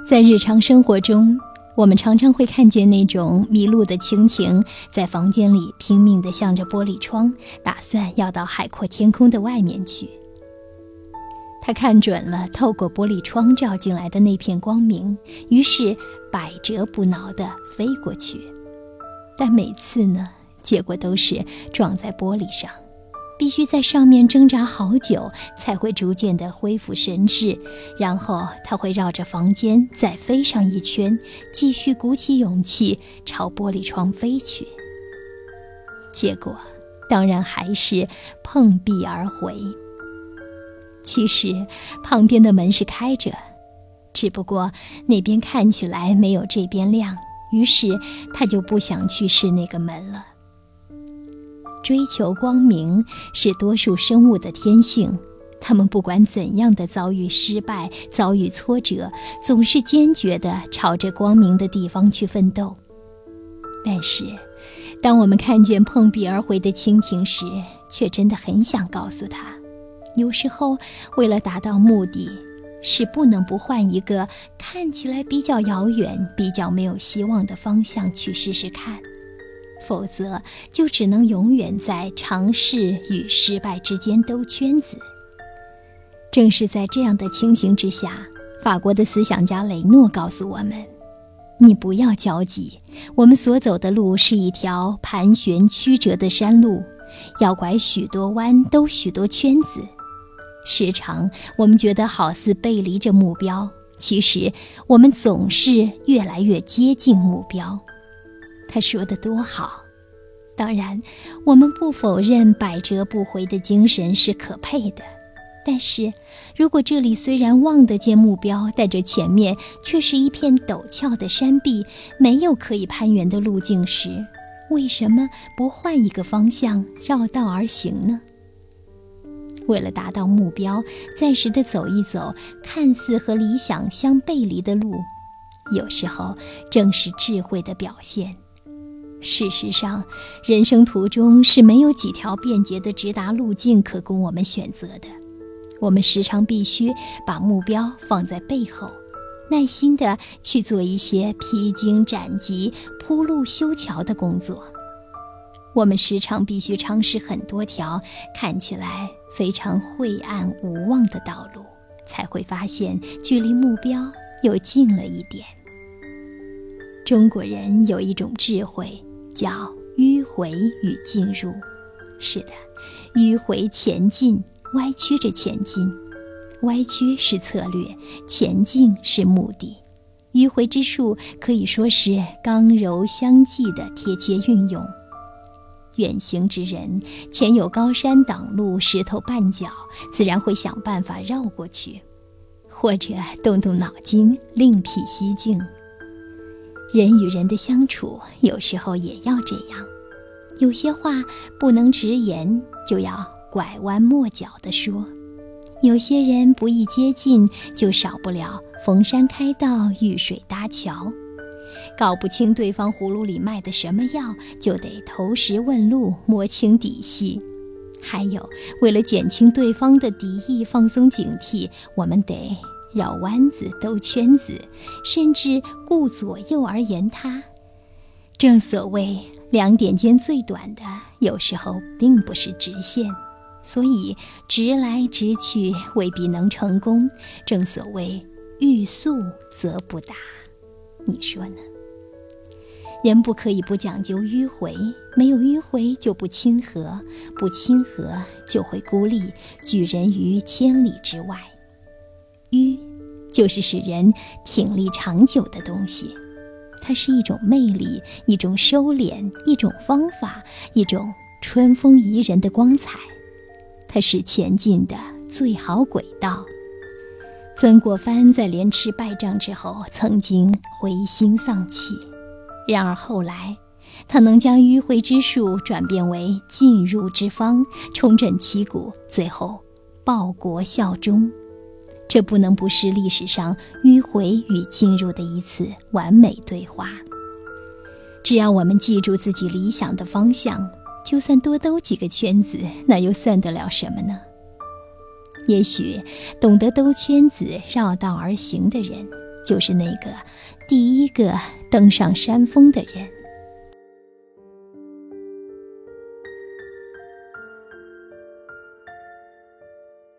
在日常生活中，我们常常会看见那种迷路的蜻蜓在房间里拼命地向着玻璃窗，打算要到海阔天空的外面去。他看准了透过玻璃窗照进来的那片光明，于是百折不挠地飞过去。但每次呢，结果都是撞在玻璃上，必须在上面挣扎好久，才会逐渐地恢复神智，然后他会绕着房间再飞上一圈，继续鼓起勇气朝玻璃窗飞去。结果当然还是碰壁而回。其实旁边的门是开着，只不过那边看起来没有这边亮，于是他就不想去试那个门了。追求光明是多数生物的天性，他们不管怎样的遭遇失败，遭遇挫折，总是坚决地朝着光明的地方去奋斗。但是当我们看见碰壁而回的蜻蜓时，却真的很想告诉他，有时候为了达到目的，是不能不换一个看起来比较遥远、比较没有希望的方向去试试看，否则就只能永远在尝试与失败之间兜圈子。正是在这样的情形之下，法国的思想家雷诺告诉我们，你不要焦急，我们所走的路是一条盘旋曲折的山路，要拐许多弯，兜许多圈子。时常我们觉得好似背离着目标，其实我们总是越来越接近目标。他说得多好。当然我们不否认百折不回的精神是可佩的，但是如果这里虽然望得见目标，但这前面却是一片陡峭的山壁，没有可以攀援的路径时，为什么不换一个方向绕道而行呢？为了达到目标，暂时地走一走看似和理想相背离的路，有时候正是智慧的表现。事实上，人生途中是没有几条便捷的直达路径可供我们选择的，我们时常必须把目标放在背后，耐心地去做一些披荆斩棘、铺路修桥的工作。我们时常必须尝试很多条看起来非常晦暗无望的道路，才会发现距离目标又近了一点。中国人有一种智慧，叫迂回与进入。是的，迂回前进，歪曲着前进，歪曲是策略，前进是目的。迂回之术可以说是刚柔相济的贴切运用。远行之人，前有高山挡路，石头绊脚，自然会想办法绕过去，或者动动脑筋，另辟蹊径。人与人的相处，有时候也要这样，有些话不能直言，就要拐弯抹角地说；有些人不易接近，就少不了逢山开道，遇水搭桥。搞不清对方葫芦里卖的什么药，就得投石问路，摸清底细。还有，为了减轻对方的敌意，放松警惕，我们得绕弯子，兜圈子，甚至顾左右而言他。正所谓两点间最短的，有时候并不是直线，所以直来直去未必能成功。正所谓欲速则不达，你说呢？人不可以不讲究迂回，没有迂回就不亲和，不亲和就会孤立，拒人于千里之外。迂就是使人挺立长久的东西，它是一种魅力，一种收敛，一种方法，一种春风宜人的光彩，它是前进的最好轨道。曾国藩在连吃败仗之后，曾经灰心丧气，然而后来他能将迂回之术转变为进入之方，重振旗鼓，最后报国效忠。这不能不是历史上迂回与进入的一次完美对话。只要我们记住自己理想的方向，就算多兜几个圈子，那又算得了什么呢？也许懂得兜圈子、绕道而行的人， 就是那个第一个登上山峰的人。